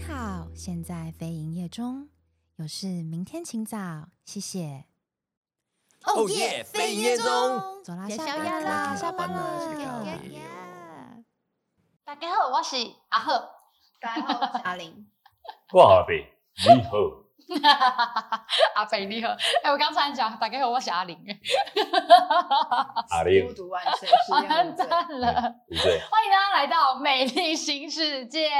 好，现在非营业中，有事明天请早，谢谢。 哦耶，非营业中， 走啦， 下下班班啦啦，下班啦了。 大家好，我是阿赫。 大家好，我是阿玲。 我阿伯，你好。 阿北你好，我刚才讲大家好，我是阿玲。 阿玲， 孤独万岁，是完蛋了！ 不对， 欢迎大家来到美丽新世界。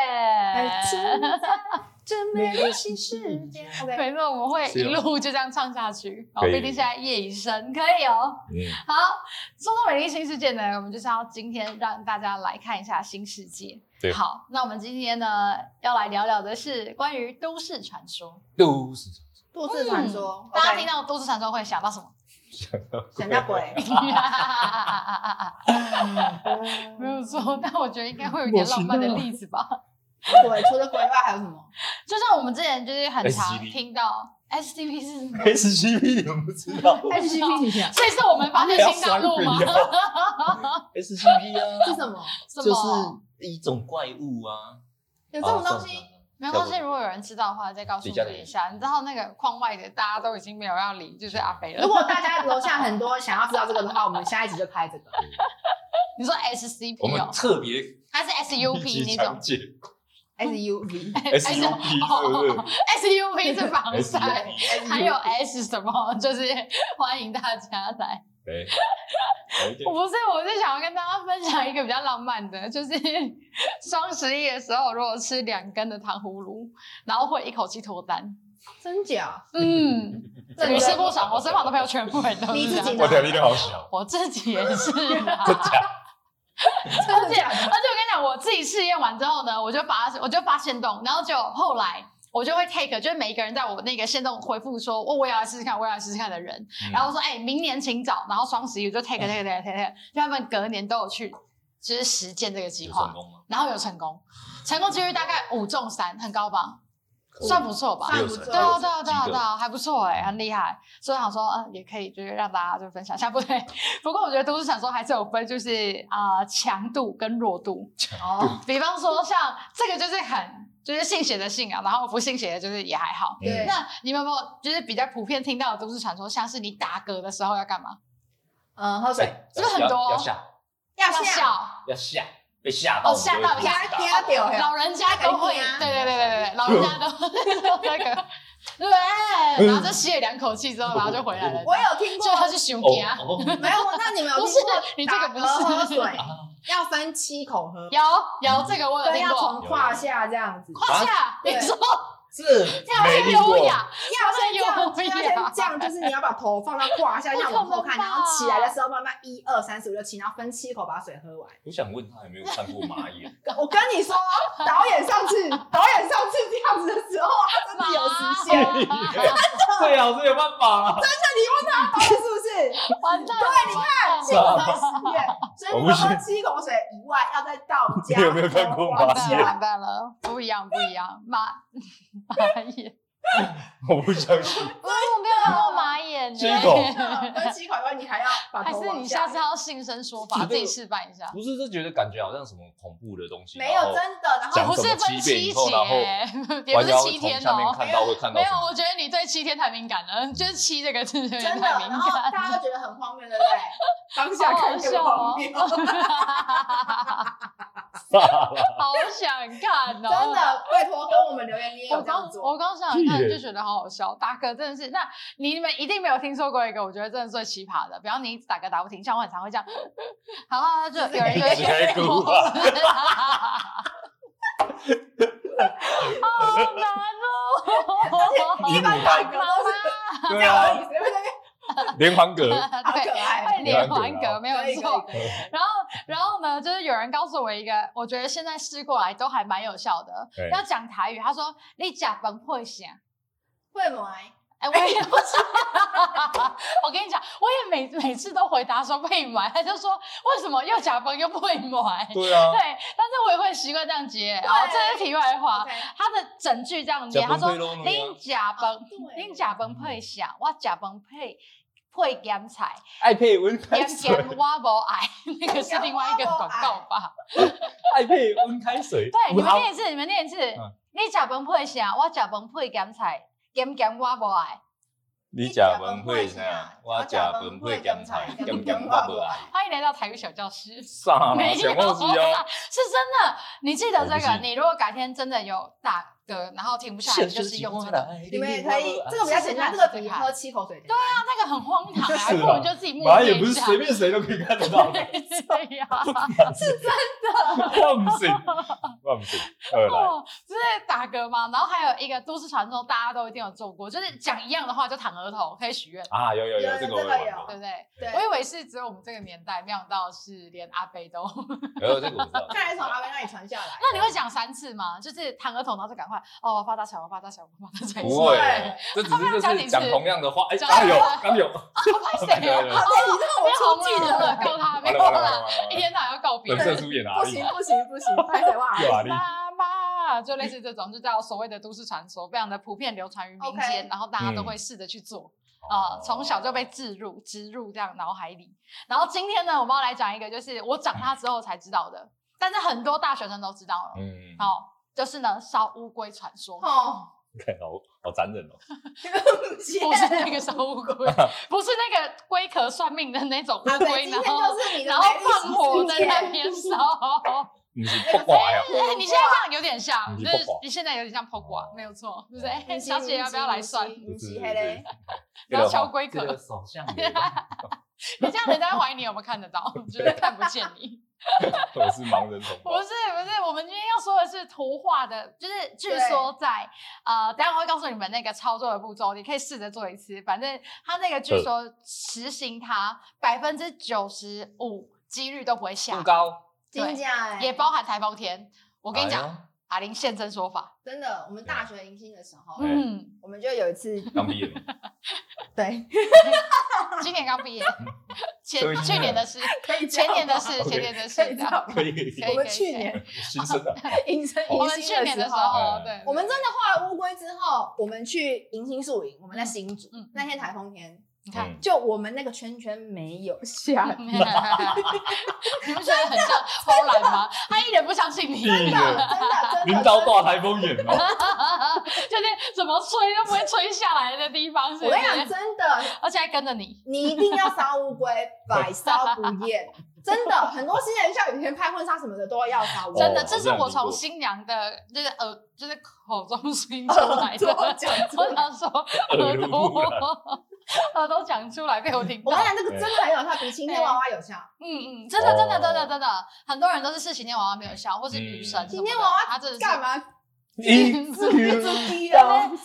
这美丽新世界。 没错，我们会一路就这样唱下去。 可以毕竟现在夜已深，可以哦。好，说到美丽新世界呢，我们就是要今天让大家来看一下新世界。 对， 好，那我们今天呢要来聊聊的是关于都市传说。 都市传说， 大家听到都市传说会想到什么？ 想到鬼。 没有错，但我觉得应该会有一点浪漫的例子吧。 鬼除了鬼以外还有什么？ 就像我们之前就是很常听到 SCP 是什么 SCP 你们不知道 SCP 你想所以是我们发现新大陆吗 ？SCP 啊， 是什么？ 就是一种怪物啊。 有这种东西？ 没关系，如果有人知道的话，再告诉我们一下。你知道那个框外的大家都已经没有要理，就是阿北了。 如果大家楼下很多想要知道这个的话，我们下一集就开这个。 你说 SCP 我们特别还是 SUP 那种 ？SUP SUP 是防晒，还有 S 什么，就是欢迎大家来。我是想要跟大家分享一个比较浪漫的，就是双11的时候，如果吃2根的糖葫芦，然后会一口气脱单。 真假？ 屡试不爽，我身旁的朋友全部人都是这样。 你自己呢？ 我力量好小， 我自己也是啊。 真假？ 而且我跟你讲，我自己试验完之后呢，我就发限动，然后就后来我就会 take， 就是每一个人在我那个限动回复说，我也要来试试看，我也要来试试看的人，然后说明年请早，然后双11就 take， 就他们隔年都有去就是实践这个计划，然后有成功几率大概5中3，很高吧？算不错吧？ 算不错， 对啊，还不错很厉害。所以想说，也可以就是让大家就分享一下，不对。不过我觉得都市传说还是有分，就是强度跟弱度。比方说像这个就是信邪的信啊，然后不信邪的就是也还好。 对。 那你们有没有就是比较普遍听到的都市传说，像是你打嗝的时候要干嘛？ 喝水。 是不是很多？ 要笑。 被吓到， 吓到，老人家都会，对，老人家都那个，对，然后就吸了2口气之后，然后就回来了。 我有听过， 就他是熊家， 没有？那你们有听过？ 你这个不是喝水要分7口喝， 有这个我有听过， 要从胯下这样子， 胯下，你说。 是要先优雅， 要先这样，就是你要把头放到胯下，这样往后看，然后起来的时候慢慢1、2、3、4、5、6、7，然后分7口把水喝完。 我想问他有没有看过蚂蚁？ 我跟你说，导演上次这样子的时候，他真的有实现，真的。 对啊，这有办法啊。 真的，你问他导演是不是？ 完蛋。 对，你看7口才实验，所以你喝7口水以外，要再倒加。 你有没有看过蚂蚁？ 完蛋了，不一样，蚂蚁， 我不相信。 我没有看过蚂蚁。 7口， 分7口以外，你还要把头往下。 还是你下次要现身说法，自己示范一下？ 不是，就觉得感觉好像什么恐怖的东西。 没有真的，然后不是分7节，也不是7天哦。没有，我觉得你对7天太敏感了，就是7这个字有点太敏感。 然后大家都觉得很荒谬，对不对？当下看就荒谬。 好想看哦！ 真的，拜托跟我们留言，你也有这样做。 我刚想看就觉得好好笑，打嗝真的是。那你们一定没有听说过一个，我觉得真的最奇葩的。比方你打嗝打不停，像我很常会这样，然后就有人就会哭，好难哦！ 一般打嗝都是这样而已，谁会在那边？ 连环嗝， 好可爱， 会连环嗝没有错。然后呢，就是有人告诉我一个，我觉得现在试过来都还蛮有效的。要讲台语，他说你吃饭会啥？ 会吗？ 我也不知道。我跟你讲，我也每次都回答说会买，他就说为什么又假崩又不会买？ 对啊， 对，但是我也会习惯这样接。然后这是题外话，他的整句这样接，他说恁假崩配啥？我假崩配咸菜， 爱配温开水， 咸我不爱，那个是另外一个广告吧？ 爱配温开水。 对，你们念一次， 你食饭配啥？我食饭配咸菜，咸咸我无爱。 你食饭配啥？我食饭配咸菜，咸咸我无爱。 欢迎来到台语小教室。 啥？ 没有想忘记哦。 是真的。你记得这个？ 我不信你如果改天真的有打嗝，然后停不下来，就是用这个。 你们也可以，这个比较简单，这个比喝7口水简单。 对啊，那个很荒唐，还是不如就自己默本来也不念一下。 是随便谁都可以看得到的。 对呀， 是真的。 我不信，我不信。来， 就是打嗝嘛，然后还有一个都市传说，大家都一定有做过，就是讲一样的话就躺额头，可以许愿啊，有这个我有玩过， 对不对？ 对， 我以为是只有我们这个年代，没想到是连阿贝都。 有这个我知道。 看来从阿贝那里传下来。 那你会讲3次吗？就是躺额头，然后就赶快我发大财，我发大财，我发大财。 不会，这只是就是讲同样的话。哎，刚有。 拍谁啊？ 你让我出镜了， 告他没有啦，一天到晚要告别人。 本色出演哪里？ 不行，拍谁哇？ 妈妈，就类似这种，就叫所谓的都市传说，非常的普遍流传于民间，然后大家都会试着去做。从小就被植入这样脑海里。然后今天呢，我们要来讲一个，就是我长大之后才知道的，但是很多大学生都知道了。就是呢烧乌龟传说。 看好残忍哦！ 不是那个烧乌龟，不是那个龟壳算命的那种乌龟，然后放火在那边烧。 你是破卦呀？ 你现在这样有点像，就是你现在有点像破卦，没有错，对不对？小姐要不要来算？然后敲龟壳， 手像你这样人家怀疑你有没有看得到，就是看不见你。 我是盲人同胞。 不是，我们今天要说的是图画的，就是据说在等一下我会告诉你们那个操作的步骤，你可以试着做一次。反正他那个据说实行它95%几率都不会下， 不高， 真假也包含台风天。我跟你讲，阿玲现身说法， 真的，我们大学迎新的时候，我们就有一次刚毕业， 对， 今年刚毕业，去年的事，前年的事，前年的事， 可以， 我们去年新生的迎新我们去年的时候，对， 我们真的画了乌龟之后，我们去迎新宿营，我们在新竹，那天台风天。 你看， 就我们那个圈圈没有下雨， 你们觉得很像偷懒吗？他一点不相信你， 真的， 领导挂台风眼哦， 就是怎么吹都不会吹下来的地方。我跟你讲，真的， 而且还跟着你， 你一定要烧乌龟，百烧不厌。真的，很多新人像有天拍婚纱什么的都要烧乌龟。 真的，这是我从新娘的，就是口中听出来的。我想说耳朵讲出来被我听到。 我跟你讲，这个真的很有效，比晴天娃娃有效。 真的，很多人都是晴天娃娃没有效，或是雨神。 晴天娃娃他真的干嘛？ 不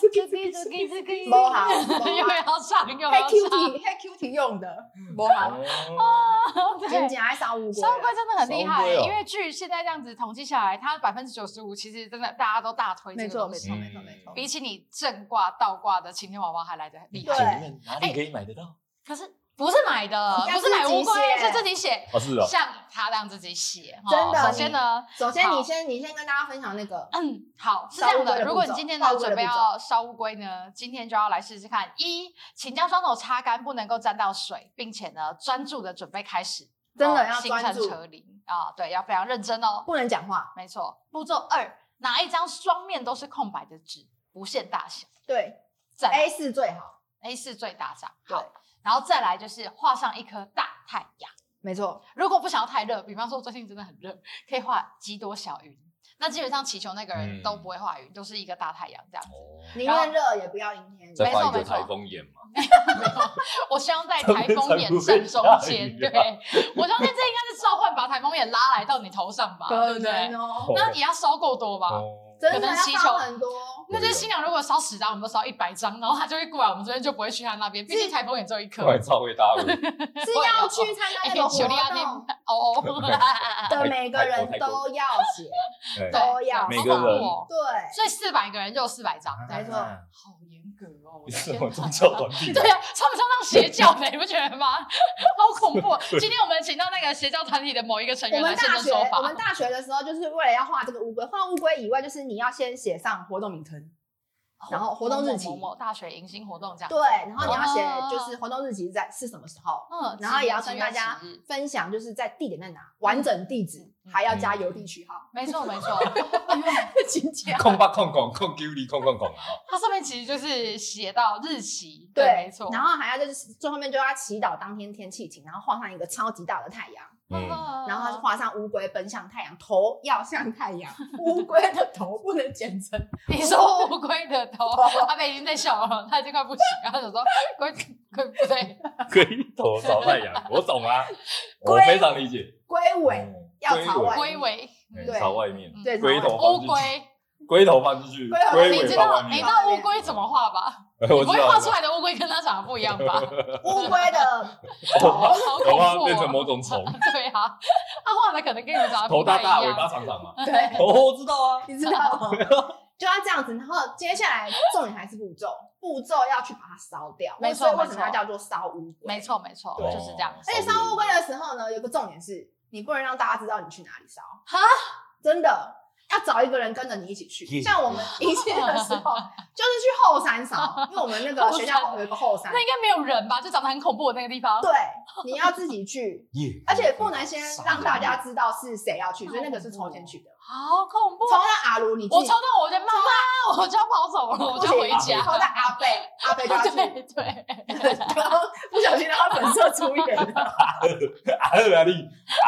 好，又要唱， 黑 QT 用的，不好。真假爱烧乌龟， 烧乌龟真的很厉害，因为据现在这样子统计下来，它95%其实真的大家都大推这个东西。 没错， 比起你正挂倒挂的晴天娃娃还来得厉害。 对， 哪里可以买得到？ 可是不是买的，不是买乌龟，是自己写。 是哦， 像他这样自己写。 真的。 首先你先跟大家分享那个。 好，是这样的。如果你今天呢准备要烧乌龟呢，今天就要来试试看。请将双手擦干，不能够沾到水，并且呢专注的准备开始。 真的要专注。 心诚则灵对，要非常认真哦， 不能讲话。 没错。步骤2，拿一张双面都是空白的纸，不限大小。 对，A4 最好 ，A4 最大张。对。然后再来就是画上一颗大太阳， 没错。 如果不想要太热，比方说最近真的很热，可以画几朵小云。那基本上祈求那个人都不会画云，都是一个大太阳这样子。 宁愿热也不要阴天。 再画一个台风眼嘛？ 没有，我希望在台风眼正中间。对，我相信这应该是召唤把台风眼拉来到你头上吧，对不对？那你要烧够多吧？ 真的要烧很多。 那就是新娘如果烧10张，我们都烧100张，然后他就会过来，我们这边就不会去他那边。毕竟台风眼只有一颗， 超会搭是要去参加那个活动的，每个人都要写，都要每个人对，所以400个人就有400张， 没错， 好严格哦！ 什么宗教团体？ 对啊，超不像邪教的，你不觉得吗？好恐怖！今天我们请到那个邪教团体的某一个成员来现身说法。 我们大学的时候，就是为了要画这个乌龟，画乌龟以外，就是你要先写上活动名称。 然后活动日期， 某大学迎新活动这样。 对，然后你要写就是活动日期是什么时候，然后也要跟大家分享就是在地点在哪，完整地址，还要加邮递序号。 没错， 空空， 它上面其实就是写到日期， 对， 没错。 然后还要就是最后面就要祈祷当天天气晴，然后画上一个超级大的太阳。然后画上乌龟奔向太阳，头要向太阳，乌龟的头不能剪成。 你说乌龟的头，阿北已经在笑了，他已经快不行了。他想说龟不对， 龟头朝太阳，我懂啊，我非常理解。 龟尾要朝外， 龟尾朝外面， 对， 龟头乌龟。 龟头放进去，龟尾放外面。 你知道乌龟怎么画吧？你不会画出来的乌龟跟它长得不一样吧？ 乌龟的头好恐怖， 变成某种虫。 对啊，它画的可能跟你们长得头大大，尾巴长长嘛。 对， 我知道啊， 你知道吗？就要这样子，然后接下来重点还是步骤要去把它烧掉。 没错， 为什么要叫做烧乌龟？ 没错，就是这样。 而且烧乌龟的时候呢，有个重点是，你不能让大家知道你去哪里烧。 哈， 真的。要找一个人跟着你一起去，像我们迎新的时候，就是去后山烧，因为我们那个学校有一个后山， 那应该没有人吧？就长得很恐怖的那个地方。 对，你要自己去，而且不能先让大家知道是谁要去，所以那个是抽签去的。 好恐怖！ 抽到阿如， 我抽到我就妈妈，我就要跑走了，我就要回家。 抽到阿贝就要去， 对， 刚刚不小心让他本色出演了。 阿力，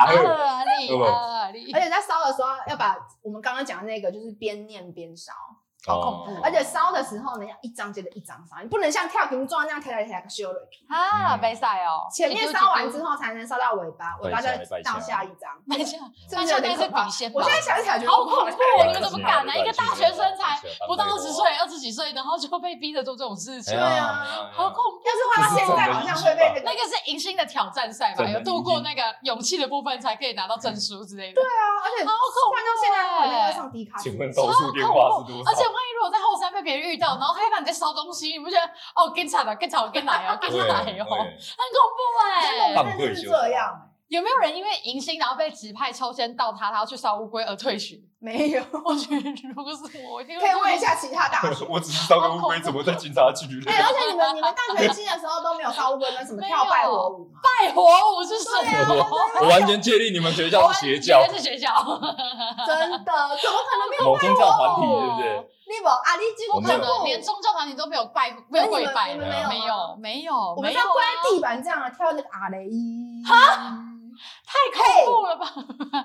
而且在烧的时候要把我们刚刚讲的那个就是边念边烧。 好恐怖！ 而且烧的时候呢，要一张接着一张烧，你不能像跳绳状那样跳修了啊，没赛哦。 前面烧完之后才能烧到尾巴，尾巴再到下一张。 没错，这就那是底线。 我现在想起来觉得好恐怖，你们怎么敢呢？一个大学生才不到20岁、20几岁，然后就被逼着做这种事情。 对啊， 好恐怖！ 要是换到现在，好像会被那个是迎新的挑战赛吧？有度过那个勇气的部分，才可以拿到证书之类的。 对啊，而且好恐怖！ 换到现在，我们要上迪卡。 请问投诉电话是多少？ 而且万一如果在后山被别人遇到，然后他看你在烧东西，你不觉得哦，更惨了，更惨，更来哦，更来哦，很恐怖哎！ 真的是这样。 有没有人因为迎新然后被指派抽签到他要去烧乌龟而退学？ 没有， 我觉得如果是我，一定可以问一下其他大学。 我只是烧个乌龟，怎么在警察局？ 而且你们大学新的时候都没有烧乌龟跟什么跳拜火舞吗？ 拜火舞是什么？ 我完全确定你们学校是邪教， 是学校， 真的，怎么可能没有某宗教团体，对不对？ 你不啊？你几乎可能连宗教团体都没有拜，没有跪拜，没有， 我们要跪在地板这样跳那个阿雷伊。 哈。太恐怖了吧！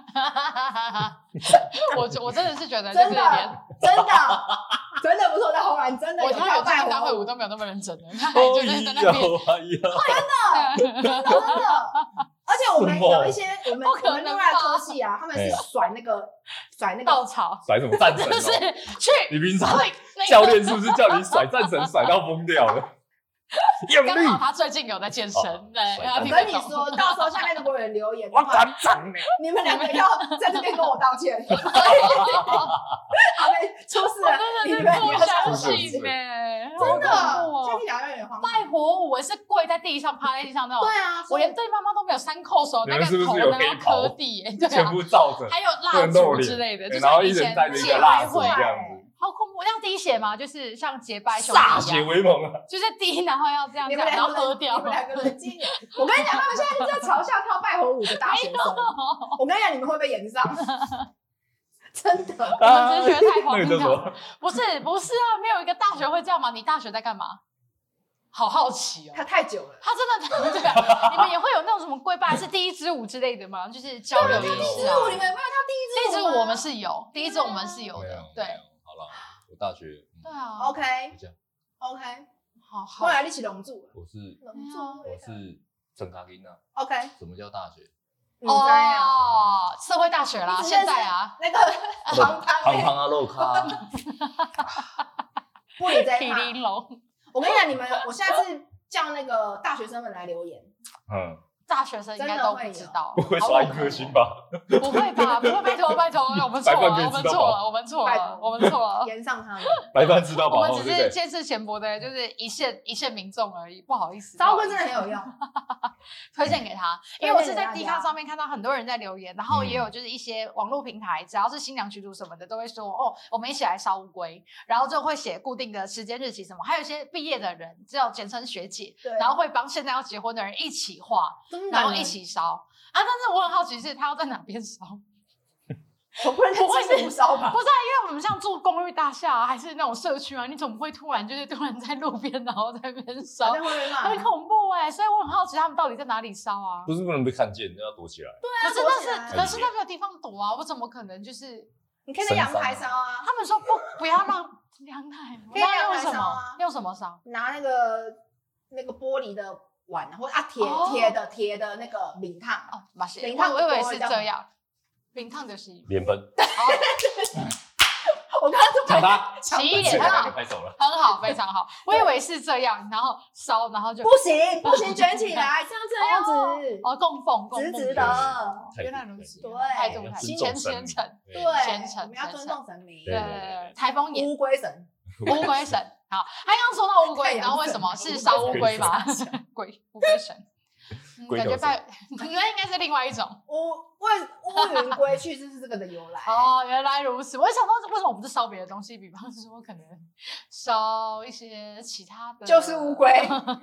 我真的是觉得，就是真的不错，在红蓝真的， 我跳有大会舞都没有那么认真的，就是在那边， 真的。而且我们有一些我们另外的科系啊，他们是甩那个稻草， 甩什么战神？ 不是去你平常教练是不是叫你甩战神甩到疯掉了？ 刚好他最近有在健身，对。 我跟你说，到时候下面如果有人留言， 我敢讲你们两个要在这边跟我道歉。阿妹出事了， 你们不相信呢？ 真的，现在讲有点荒谬。 拜火舞，我是跪在地上，趴在地上那种。 对啊， 我连对妈妈都没有3扣手，那个头呢要磕地， 全部罩着， 还有蜡烛之类的， 然后一人带着一个蜡烛这样子。 好恐怖！这样滴血吗？就是像结拜兄弟一样，歃血为盟啊！ 就是滴，然后要这样，然后喝掉。 你们两个冷静一点。我跟你讲，他们现在就在嘲笑跳拜火舞的大学生。我跟你讲，你们会被演上。真的， 我们只是觉得太荒谬了。不是啊，没有一个大学会这样吗？你大学在干嘛？好好奇哦。 他太久了。 他真的这个，你们也会有那种什么跪拜，是第一支舞之类的吗？就是交流仪式啊。 你们有没有跳第一支舞？我们是有，第一支我们是有的，对。 我大学对啊 ，OK，好，后来一起龙柱， 我是陈卡金啊 ，OK， 什么叫大学？ 哦，社会大学啦，现在啊， 那个胖啊肉咖， 不理这一趴。 我跟你讲，我下次叫那个大学生们来留言， 大学生应该都不知道， 不会刷1颗星吧？ 不会吧？不会，拜托，我们错了，我们错了， 延上他们。 白饭知道饱， 我们只是见识浅薄的，就是一线民众而已，不好意思。 烧龟真的很有用， 推荐给他，因为我是在 Dcard 上面看到很多人在留言，然后也有就是一些网络平台，只要是新娘群组什么的，都会说哦，我们一起来烧乌龟，然后就会写固定的时间日期什么，还有一些毕业的人，只有简称学姐，然后会帮现在要结婚的人一起画。然后一起烧啊！但是我很好奇是他要在哪边烧？ 我不会是烧吧？ 不是啊，因为我们像住公寓大厦还是那种社区啊，你怎么会突然在路边，然后在那边烧？很恐怖哎！所以我很好奇他们到底在哪里烧啊？ 不是不能被看见，要躲起来。 对啊， 可是那没有地方躲啊！我怎么可能就是？ 你可以在阳台烧啊！ 他们说不要让阳台，那用什么？用什么烧？ 拿那个玻璃的碗，或者铁的那个饼烫哦，饼烫我以为是这样，饼烫就是脸盆。 我刚刚抢他， 起一点，很好， 拍手了， 很好，非常好。我以为是这样，然后烧，然后就不行，卷起来，像这样子哦，供奉， 直直的， 原来如此， 对， 态度先虔诚， 对，我们要尊重神明， 对，台风眼， 乌龟神。 好，他刚说到乌龟，然后为什么是烧乌龟嘛？乌龟神，感觉那应该是另外一种乌云归去是这个的由来。 哦，原来如此。我也想到为什么不是烧别的东西，比方说可能烧一些其他的， 就是乌龟。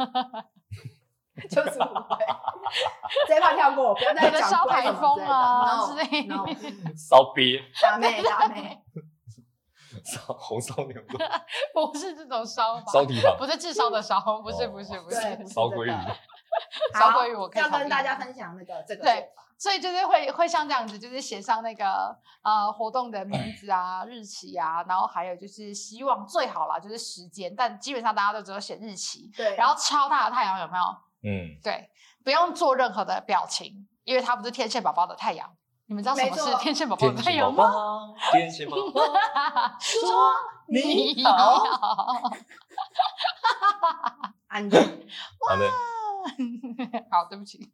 就是乌龟，这一趴跳过，不要再讲烧台风啊之类的， 烧鳖， 大妹。 烧红烧牛肉， 不是这种烧法， 烧蹄膀， 不是炙烧的烧，不是， 烧鲑鱼， 烧鲑鱼我可以要跟大家分享这个对，所以就是会像这样子，就是写上那个活动的名字啊、日期啊，然后还有就是希望最好啦，就是时间，但基本上大家都只有写日期， 对， 然后超大的太阳有没有？对，不用做任何的表情，因为它不是天线宝宝的太阳。你们知道什么是天线宝宝的太阳吗？ 天线宝宝说你好， 安静。 好，对不起。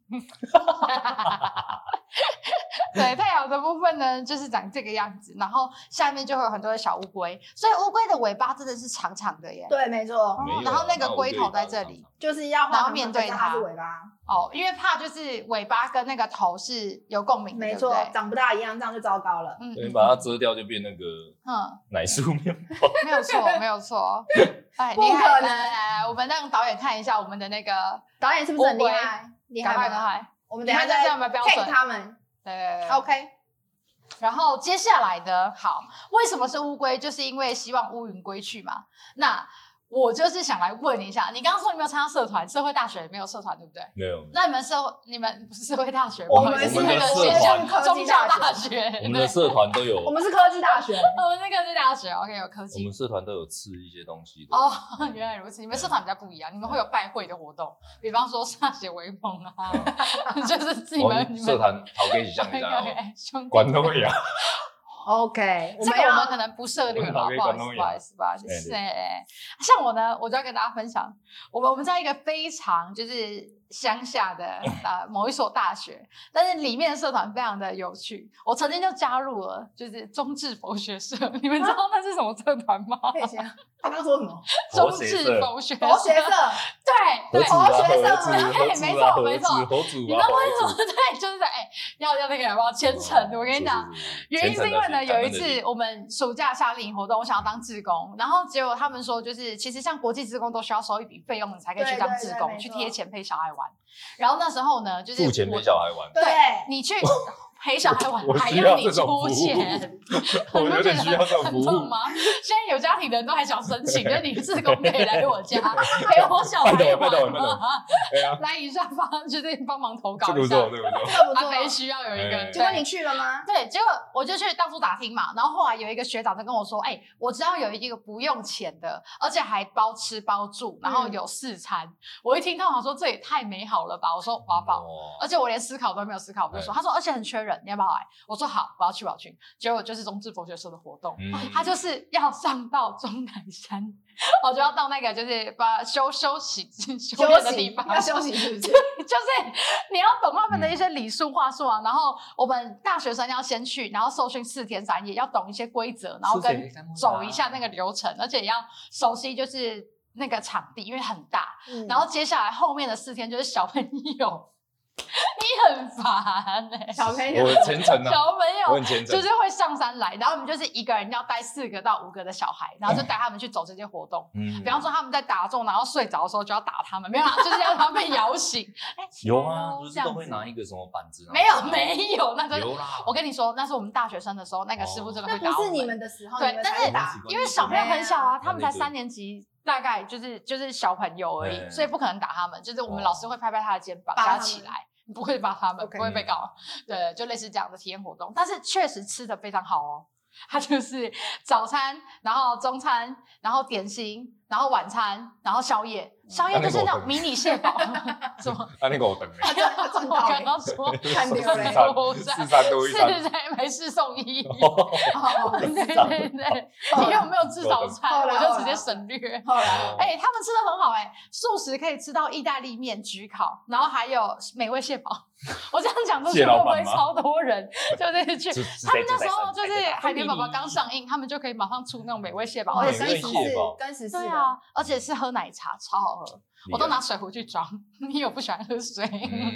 对，太阳的部分呢，就是长这个样子，然后下面就会有很多的小乌龟，所以乌龟的尾巴真的是长长的耶。 对，没错。 然后那个龟头在这里， 就是要然后面对它是尾巴。 哦，因为怕就是尾巴跟那个头是有共鸣的， 没错，长不大一样，这样就糟糕了。 对，把它遮掉就变那个奶酥面包。 没有错，没有错。哎， 不可能！ 来，我们让导演看一下我们的那个导演是不是很厉害？厉害吗？我们等一下再配他们。 对 ，OK。 然后接下来的好，为什么是乌龟？就是因为希望乌云归去嘛。那我就是想来问一下，你刚刚说你没有参加社团，社会大学没有社团，对不对？ 没有。 那你们不是社会大学吗？ 我们是那个中校大学。 我们的社团都有。 我们是科技大学。 我们是科技大学 ，OK， 有科技。 我们社团都有吃一些东西的。 哦，原来如此。你们社团比较不一样，你们会有拜会的活动，比方说歃血为盟啊，就是你们社团好给你像一样，管都会啊。 OK， 这个我们可能不涉猎了，不好意思。是像我呢，我就要跟大家分享，我们在一个非常就是乡下的某一所大学，但是里面的社团非常的有趣。我曾经就加入了就是中智佛学社，你们知道那是什么社团吗？ 他刚说什么？ 中智佛学社， 对， 佛学社， 对， 没错。你知道为什么？对，就是要那个有没有虔诚？我跟你讲，原因是因为呢，有一次我们暑假夏令营活动，我想要当志工，然后结果他们说，就是其实像国际志工都需要收一笔费用，你才可以去当志工，去贴钱陪小孩玩。然后那时时候呢，就是付钱陪小孩玩， 对， 你去陪小孩玩，还要你出钱， 我有点需要这种服务吗？现在有家庭的人都还想申请，就是你志工可以来我家陪我小孩玩吗？来以下就是帮忙投稿一下， 这个不错， 阿飞需要有一个。 结果你去了吗？ 对，结果我就去到处打听嘛，然后后来有一个学长就跟我说，我知道有一个不用钱的，而且还包吃包住，然后有4餐。我一听到他说这也太美好了吧，我说我要报，而且我连思考都没有思考，我就说，他说而且很缺人。 人，你要不要来？我说好，我要去。结果就是中智佛学社的活动，他就是要上到中台山，我就要到那个就是把休息修炼的地方， 要休息是不是？ 就是你要懂他们的一些礼数话术啊，然后我们大学生要先去，然后受训4天3夜，要懂一些规则，然后跟走一下那个流程，而且也要熟悉就是那个场地，因为很大。然后接下来后面的4天就是小朋友。你很烦小朋友， 我虔诚啊， 小朋友我很虔诚， 就是会上山来，然后我们就是一个人要带4个到5个的小孩，然后就带他们去走这些活动。比方说他们在打坐，然后睡着的时候就要打他们，没有啦，就是要他们被摇醒。 有啊，不是都会拿一个什么板子？ 没有，那有啦。我跟你说，那是我们大学生的时候，那个师傅真的会打我们。 那不是你们的时候， 对，但是因为小朋友很小啊，他们才3年级。大概就是小朋友而已，所以不可能打他们。就是我们老师会拍拍他的肩膀，叫他起来，不会把他们，不会被告。对，就类似这样的体验活动，但是确实吃的非常好哦。它就是早餐，然后中餐，然后点心，然后晚餐，然后宵夜。宵夜就是那种迷你蟹堡，什么？ 那个我等没？ 我刚刚说看丢了 ，4-3多1餐 ，4没4送1。对，你有没有吃早餐？我就直接省略。他们吃的很好素食可以吃到意大利面、焗烤，然后还有美味蟹堡。我这样讲出去会不会超多人？就是去他们那时候就是海绵宝宝刚上映，他们就可以马上出那种美味蟹堡， 而且跟14 对啊，而且是喝奶茶，超好喝。我都拿水壶去装，你有不喜欢喝水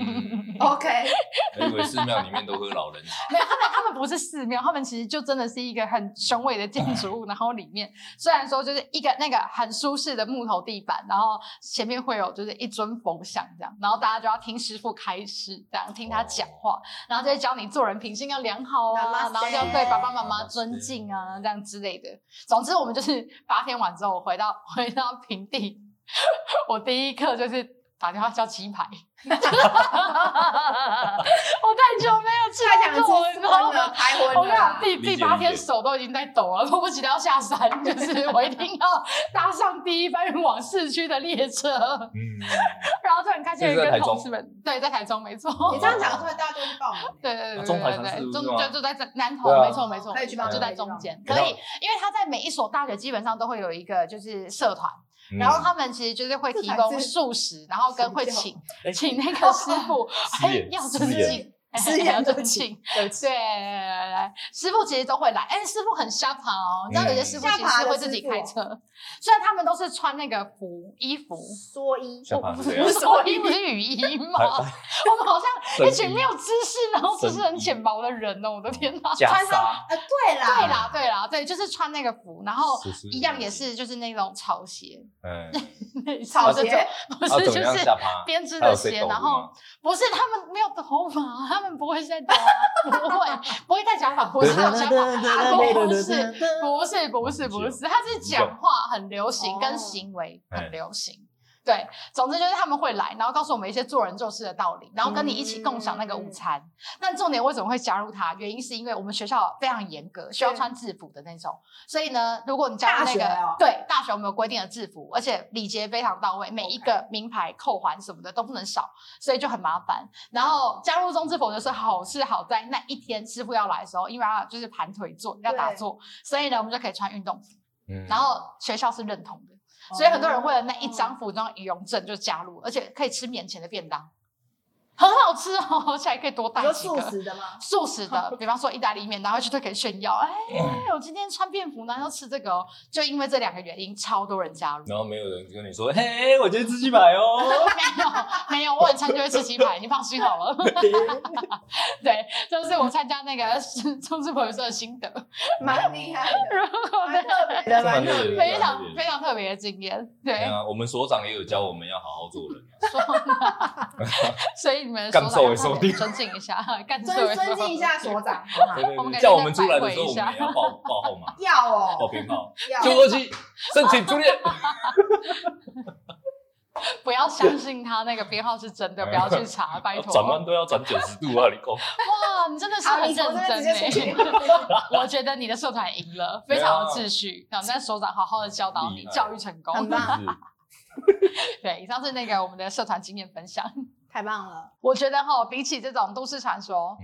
？OK， 我以为寺庙里面都喝老人茶。 没有，他们不是寺庙，他们其实就真的是一个很雄伟的建筑物，然后里面虽然说就是一个那个很舒适的木头地板，然后前面会有就是一尊佛像这样，然后大家就要听师父开示，这样听他讲话，然后就会教你做人品性要良好啊，然后要对爸爸妈妈尊敬啊，这样之类的。总之我们就是8天完之后回到平地。我第一课就是打电话叫鸡排，我太久没有吃过，你知道吗？ 开荤了， 我跟你讲，第8天手都已经在抖了，迫不及待要下山，就是我一定要搭上第一班往市区的列车。然后突然看见一个同事们，对，在台中，没错。 你这样讲出来，大家都去报名。 对， 中台山就在南投，没错， 可以去报， 就在中间，可以，因为他在每一所大学基本上都会有一个就是社团。然后他们其实就是会提供素食，然后跟会请那个师傅，要尊敬，要尊敬，对，师傅其实都会来，师傅很瞎跑哦，你知道有些师傅其实会自己开车，虽然他们都是穿那个衣服， 蓑衣， 蓑衣不是雨衣吗？我们好像一群没有知识，然后知识很浅薄的人哦，我的天哪！ 穿上对啦，就是穿那个服，然后一样也是就是那种草鞋， 草鞋不是就是编织的鞋，然后不是他们没有头发，他们不会在头啊，不会戴假发，不是有假发，不是，他是讲话很流行，跟行为很流行。对，总之就是他们会来，然后告诉我们一些做人做事的道理，然后跟你一起共享那个午餐。但重点为什么会加入它？原因是因为我们学校非常严格，需要穿制服的那种。所以呢，如果你加入那个对大学我们有规定的制服，而且礼节非常到位，每一个名牌扣环什么的都不能少，所以就很麻烦。然后加入中智佛就是好在那一天师傅要来的时候，因为要就是盘腿坐要打坐，所以呢我们就可以穿运动服。然后学校是认同的。所以很多人为了那一张服装仪容证就加入，而且可以吃免钱的便当，很好吃哦，而且还可以多带几个。 素食的吗？ 素食的，比方说意大利面，然后去就可以炫耀，我今天穿便服，然后吃这个哦。就因为这2个原因，超多人加入。 然后没有人跟你说，嘿，我今天吃鸡排哦。 没有，我晚餐就会吃鸡排，你放心好了。对，这是我参加那个中智佛社的心得， 蛮厉害的，蛮特别的，非常特别的经验。对啊， 我们所长也有教我们要好好做人。 所以你们所长尊敬一下， 尊敬一下所长， 叫我们出来的时候，我们也要报号码， 要哦， 报编号，927申请出列。 不要相信他那个编号是真的，不要去查，拜托。 转弯都要转90度啊！你讲。 哇，你真的是很认真我觉得你的社团赢了，非常有秩序。那所长好好的教导你，教育成功， 很棒。 对，以上是那个我们的社团经验分享， 太棒了。 我觉得比起这种都市传说，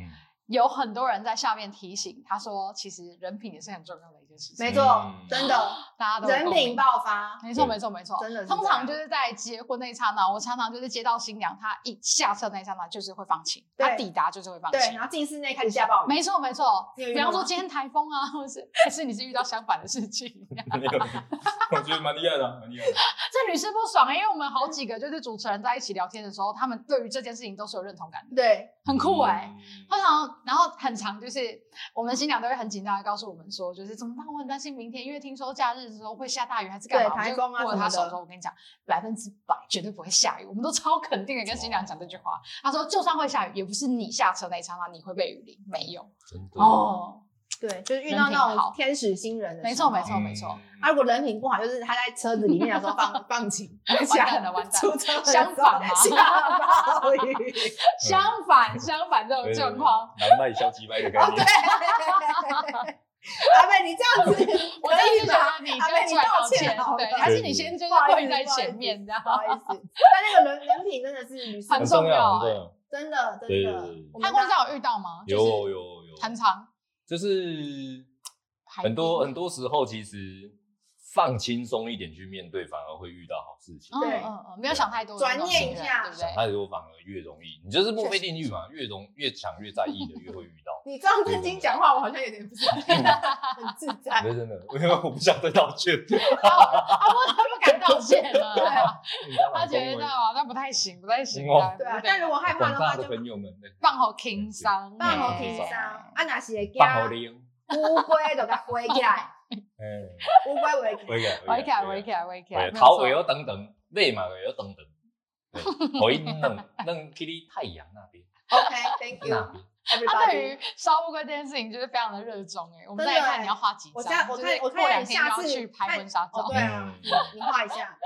有很多人在下面提醒他说，其实人品也是很重要的一件事情。 没错，真的， 大家都人品爆发， 没错没错没错， 真的。 通常就是在结婚那一刹那，我常常就是接到新娘，她一下车那一刹那就是会放晴，她抵达就是会放晴， 对，然后进室内开始下暴雨。 没错没错，比方说今天台风啊，或者是还是你是遇到相反的事情。 没有，我觉得蛮厉害的，蛮厉害的。 这屡试不爽因为我们好几个就是主持人在一起聊天的时候，他们对于这件事情都是有认同感的， 对， 很酷通常然后很常就是我们新娘都会很紧张的告诉我们说，就是怎么办？我很担心明天，因为听说假日的时候会下大雨还是干嘛？ 对，台风啊什么的。 他手说，我跟你讲，100%绝对不会下雨，我们都超肯定的跟新娘讲这句话。他说，就算会下雨，也不是你下车那一刹那你会被雨淋，没有。 真的哦。 对，就是遇到那种天使星人的没错没错没错。 如果人品不好，就是他在车子里面的时候放晴， 完蛋了完蛋了。 相反嘛，下暴雨。 相反这种状况， 难卖小鸡掰的概念。 对。阿贝，你这样子， 我真的觉得你就出来道歉，对，还是你先就是跪在前面，这样不好意思。但那个人品真的是很重要， 真的。 他婚上有遇到吗？ 有， 很长。 就是很多时候，其实放轻松一点去面对，反而会遇到好事情。 对， 没有想太多， 转念一下， 对不对？ 想太多反而越容易，你就是墨菲定律嘛，越想越在意的，越会遇到。 你这样正经讲话，我好像有点不是很自在。 真的，因为我不想再道歉。 他不敢道歉了，对啊，他觉得那不太行。 对啊，但如果害怕的话，就朋友们放好轻松， 放好轻松。啊，若是会惊乌龟，就甲飞起来。乌龟飞起来， 头会有等等，尾嘛会有等等，可以弄去你太阳那边。 OK，Thank you。 他对于烧乌龟这件事情就是非常的热衷我们再看你要画几张， 我看过 2天要去拍婚纱照。 对啊，你画一下。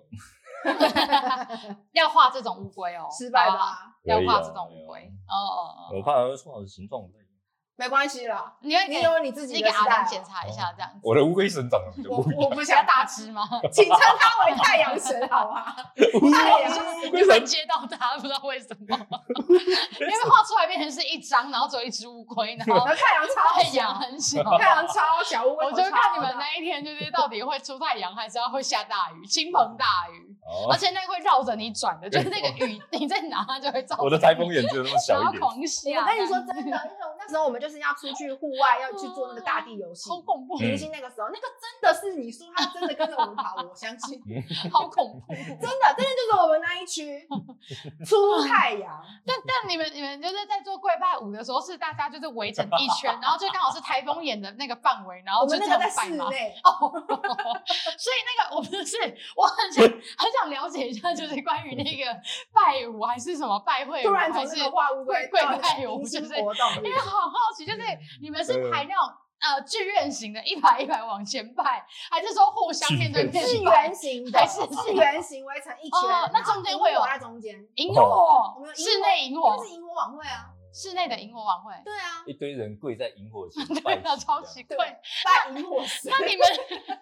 要画这种乌龟失败吧？ 要画这种乌龟我怕它画的形状不太一样。 没关系啦， 你有你自己的阿良检查一下这样子。 我的乌龟神长得比较不一样。 我不想大只吗？ 请称他为太阳神好吗？ 太阳神你会接到他，不知道为什么，因为画出来变成是一张，然后只有一只乌龟，然后太阳很小， 太阳超小，乌龟我就看你们那一天就是到底会出太阳，还是要会下大雨，倾盆大雨，而且那个会绕着你转的，就是那个雨你在拿它就会照。 我的台风眼只有那么小一点。 狂下。 我跟你说真的，因为那时候我们就是要出去户外，要去做那个大地游戏， 好恐怖。 明星那个时候，那个真的是你说他真的跟着我们跑，我相信。 好恐怖， 真的就是我们那一区出太阳。 但你们就是在做跪拜舞的时候，是大家就是围成一圈，然后就刚好是台风眼的那个范围，然后就这样拜吗？所以那个我不是，我很想了解一下，就是关于那个拜舞还是什么拜会舞，还是画乌龟跪拜舞，就是活动， 因为好好奇，就是你们是排那种剧院型的，一排一排往前拜，还是说互相面对面？ 是圆形的，是圆形围成一圈， 那中间会有在中间萤火， 我们有室内萤火， 是萤火晚会啊， 室内的萤火晚会， 对啊， 一堆人跪在萤火前拜， 超奇怪， 拜萤火神。 那你们。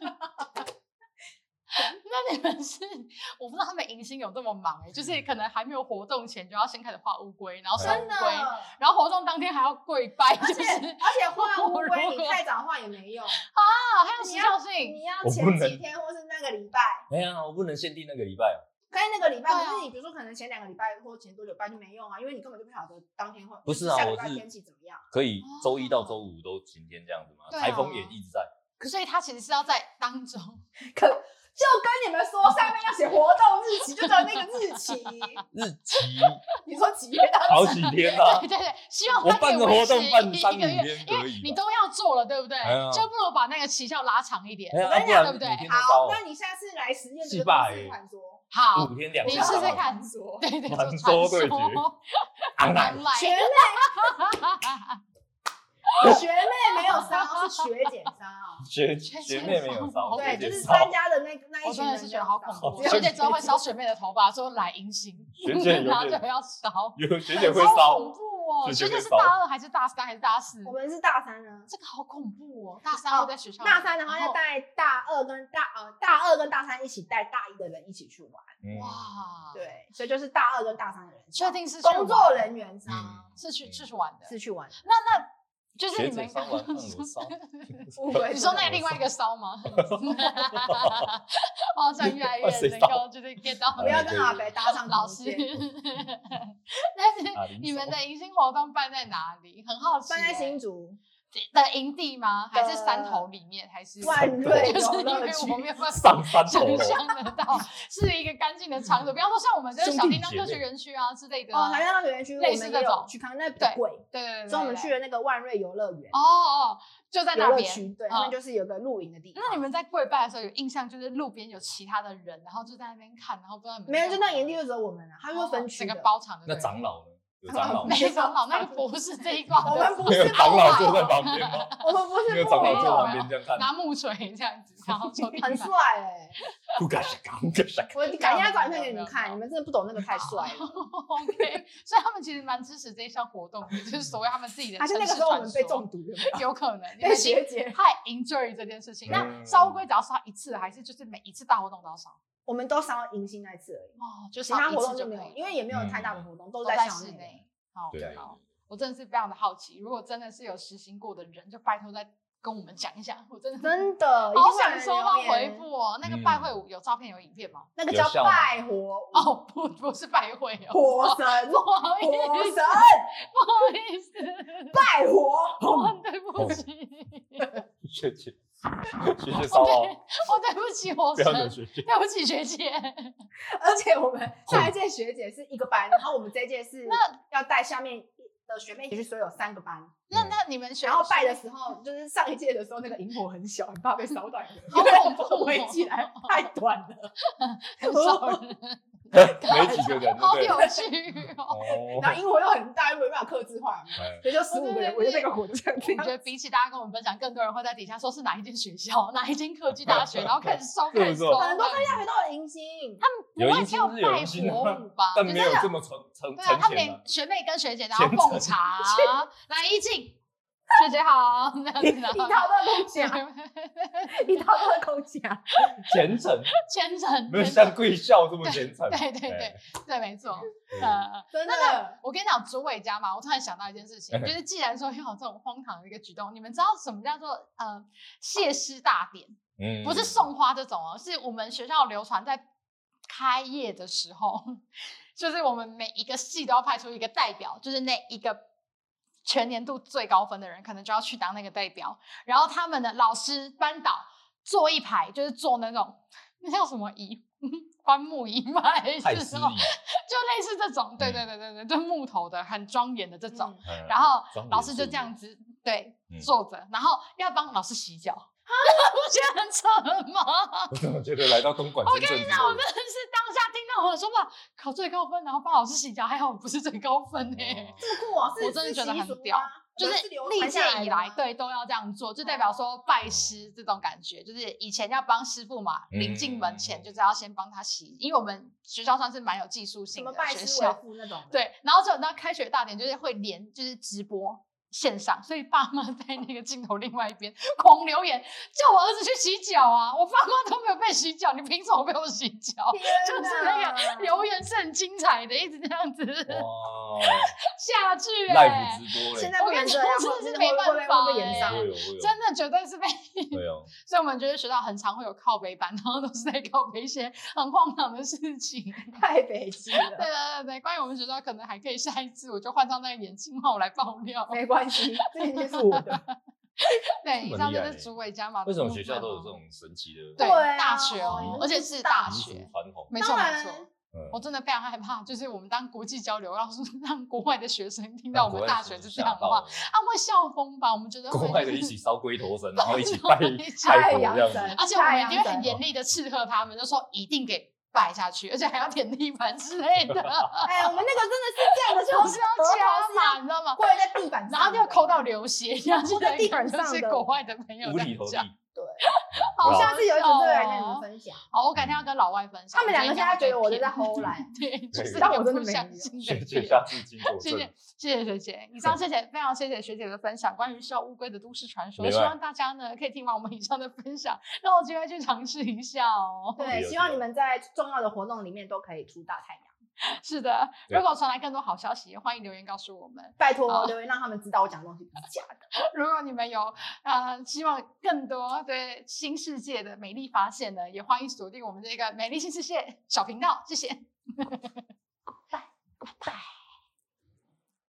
那你们是我不知道他们迎新有这么忙就是可能还没有活动前就要先开始画乌龟，然后生乌龟，然后活动当天还要跪拜， 而且画乌龟你太早画也没用还有时效性， 你要前几天或是那个礼拜。 没有我不能限定那个礼拜可以那个礼拜，可是你比如说可能前2个礼拜或前多久拜就没用因为你根本就不晓得当天会不是啊， 下礼拜天气怎么样。 可以周一到周五都晴天这样子吗？台风也一直在， 所以它其实是要在当中。 就跟你们说，上面要写活动日期，就只有那个日期。你说几月？ 好几天啊！ 对，希望我办个活动办3-5天因为你都要做了，对不对？就不如把那个期效拉长一点， 对不对？ 好，那你下次来实验这个都市传说。 好 ，5天2夜， 你试试看。对， 传说对决。 学妹没有烧，是学姐烧。 学妹没有烧， 对，就是参加的那一群人。 我真的是觉得好恐怖。学姐之后会烧学妹的头发，说来迎新， 学姐然后就要烧。 有学姐会烧， 恐怖哦！这个是大2还是大3还是大4？ 我们是大3呢。 这个好恐怖哦！大3会在学校， 大3的话要带大2跟大3一起带大1的人一起去玩。 哇， 对，所以就是大2跟大3的人， 确定是工作人员是去玩的， 是去玩。 那就是你们烧完饭有烧， 你说那个另外一个烧吗？我好像越来越能够就是 get 到， 不要跟阿北搭上老师。但是你们的迎新活动办在哪里？很好奇。 办在新竹的营地吗？还是山头里面？还是万瑞游乐区？我没有办法上山头想象得到是一个干净的场所。比方说像我们就是小叮当科学园区啊之类的。 小叮当科学园区类似这种去看，那比较贵。 对。 所以我们去了那个万瑞游乐园。 就在那边。 对，那边就是有个露营的地方。 那你们在跪拜的时候有印象，就是路边有其他的人，然后就在那边看，然后不知道你们没有，就那营地就只有我们啊，他们分区整个包场的。 那长老呢？有长老？ 没长老，那个不是这一挂。 我们不是长老坐在旁边吗？ 我们不是没有长老坐旁边这样看， 拿木锤这样子，然后很帅哎。 我赶一下照片给你们看，你们真的不懂那个太帅了。 OK， 所以他们其实蛮支持这一项活动的，就是所谓他们自己的。 还是那个时候我们被中毒了， 有可能被学姐太 enjoy 这件事情。那烧乌龟只要烧一次，还是就是每一次大活动都要烧？ 我们都烧迎新那次而已， 就其他活动就没有，因为也没有太大的活动，都在室内。 好，我真的是非常的好奇，如果真的是有实行过的人，就拜托再跟我们讲一下。我真的好想收到回复哦。那个拜会舞有照片有影片吗？ 那个叫拜火舞不是拜会哦， 火神， 不好意思，不好意思， 拜火， 对不起， 学姐烧哦， 对不起火神，对不起学姐。 而且我们上一届学姐是一个班，然后我们这一届是要带下面的学妹一起去，所以有3个班。 那你们然后拜的时候，就是上一届的时候那个萤火很小，很怕被烧到， 好恐怖， 围起来太短了， 很少人。 没几个人， 好有趣哦。 然后萤火又很大，又没办法客制化，所以就15个人围着那个火这样。 我觉得比起大家跟我们分享，更多人会在底下说是哪一间学校、哪一间科技大学，然后开始烧，开始烧。 很多科技大学都有迎新， 他们不会跳拜火舞吧？ 但没有这么沉。 对啊，他们连学妹跟学姐然后奉茶，来一进。学姐好，这样子一套都空讲，一套都是空讲， 虔诚，没有像贵校这么虔诚。 对，没错。 真的。 那我跟你讲，竹尾家嘛，我突然想到一件事情，就是既然说要有这种荒唐的一个举动，你们知道什么叫做谢师大典？不是送花这种哦，是我们学校流传在开业的时候，就是我们每一个系都要派出一个代表，就是那一个全年度最高分的人可能就要去当那个代表，然后他们的老师班导坐一排，就是坐那种那叫什么仪，棺木仪吗？还是什么？就类似这种，对，就木头的，很庄严的这种。然后老师就这样子坐着，然后要帮老师洗脚。不觉得很扯吗？ 我怎么觉得来到东莞？ 我跟你讲，我真的是当下听到我说哇，考最高分，然后帮老师洗脚，还好我不是最高分欸。 这么酷啊！ 我真的觉得很屌，就是历届以来都要这样做，就代表说拜师这种感觉，就是以前要帮师傅嘛，临进门前就是要先帮他洗，因为我们学校算是蛮有技术性的学校， 那种对，然后就等到开学大典就是会连就是直播。线上，所以爸妈在那个镜头另外一边狂留言，叫我儿子去洗脚啊！我爸妈都没有被洗脚，你凭什么被我洗脚？就是那个留言是很精彩的，一直这样子下去 live 直播嘞。 现在我跟你说， 真的是没办法真的绝对是被。 对哦， 所以我们觉得学校很常会有靠北版，然后都是在靠北一些很荒唐的事情， 太北极了。 对，关于我们学校可能还可以下一次，我就换上那个眼镜帽来爆料。 没关系，这已经是我的。 对，以上就是竹尾家嘛。 为什么学校都有这种神奇的？ 对，大学哦，而且是大学传统， 没错。我真的非常害怕，就是我们当国际交流，要是让国外的学生听到我们大学是这样的话，他们会笑疯吧？我们觉得国外的一起烧龟头神，然后一起拜太阳这样子， 而且我们一定会很严厉的斥喝他们，就说一定给拜下去，而且还要舔地板之类的。 哎，我们那个真的是这样的， 就是要加码，你知道吗？ 跪在地板上， 然后就抠到流血，然后就在地板上是国外的朋友五体投地。 对， 好，下次有一组再来跟你们分享。 好，我改天要跟老外分享。 他们两个现在觉得我在偷懒， 对，就是但我真的没有。 学姐下次经过谢谢学姐。以上非常谢谢学姐的分享，关于烧乌龟的都市传说，希望大家呢可以听完我们以上的分享，让我有机会去尝试一下哦。 对，希望你们在重要的活动里面都可以出大太阳。 是的，如果传来更多好消息，欢迎留言告诉我们。 拜托留言让他们知道我讲的东西不是假的。 如果你们有希望更多对新世界的美丽发现呢，也欢迎锁定我们这个美丽新世界小频道。谢谢。Goodbye。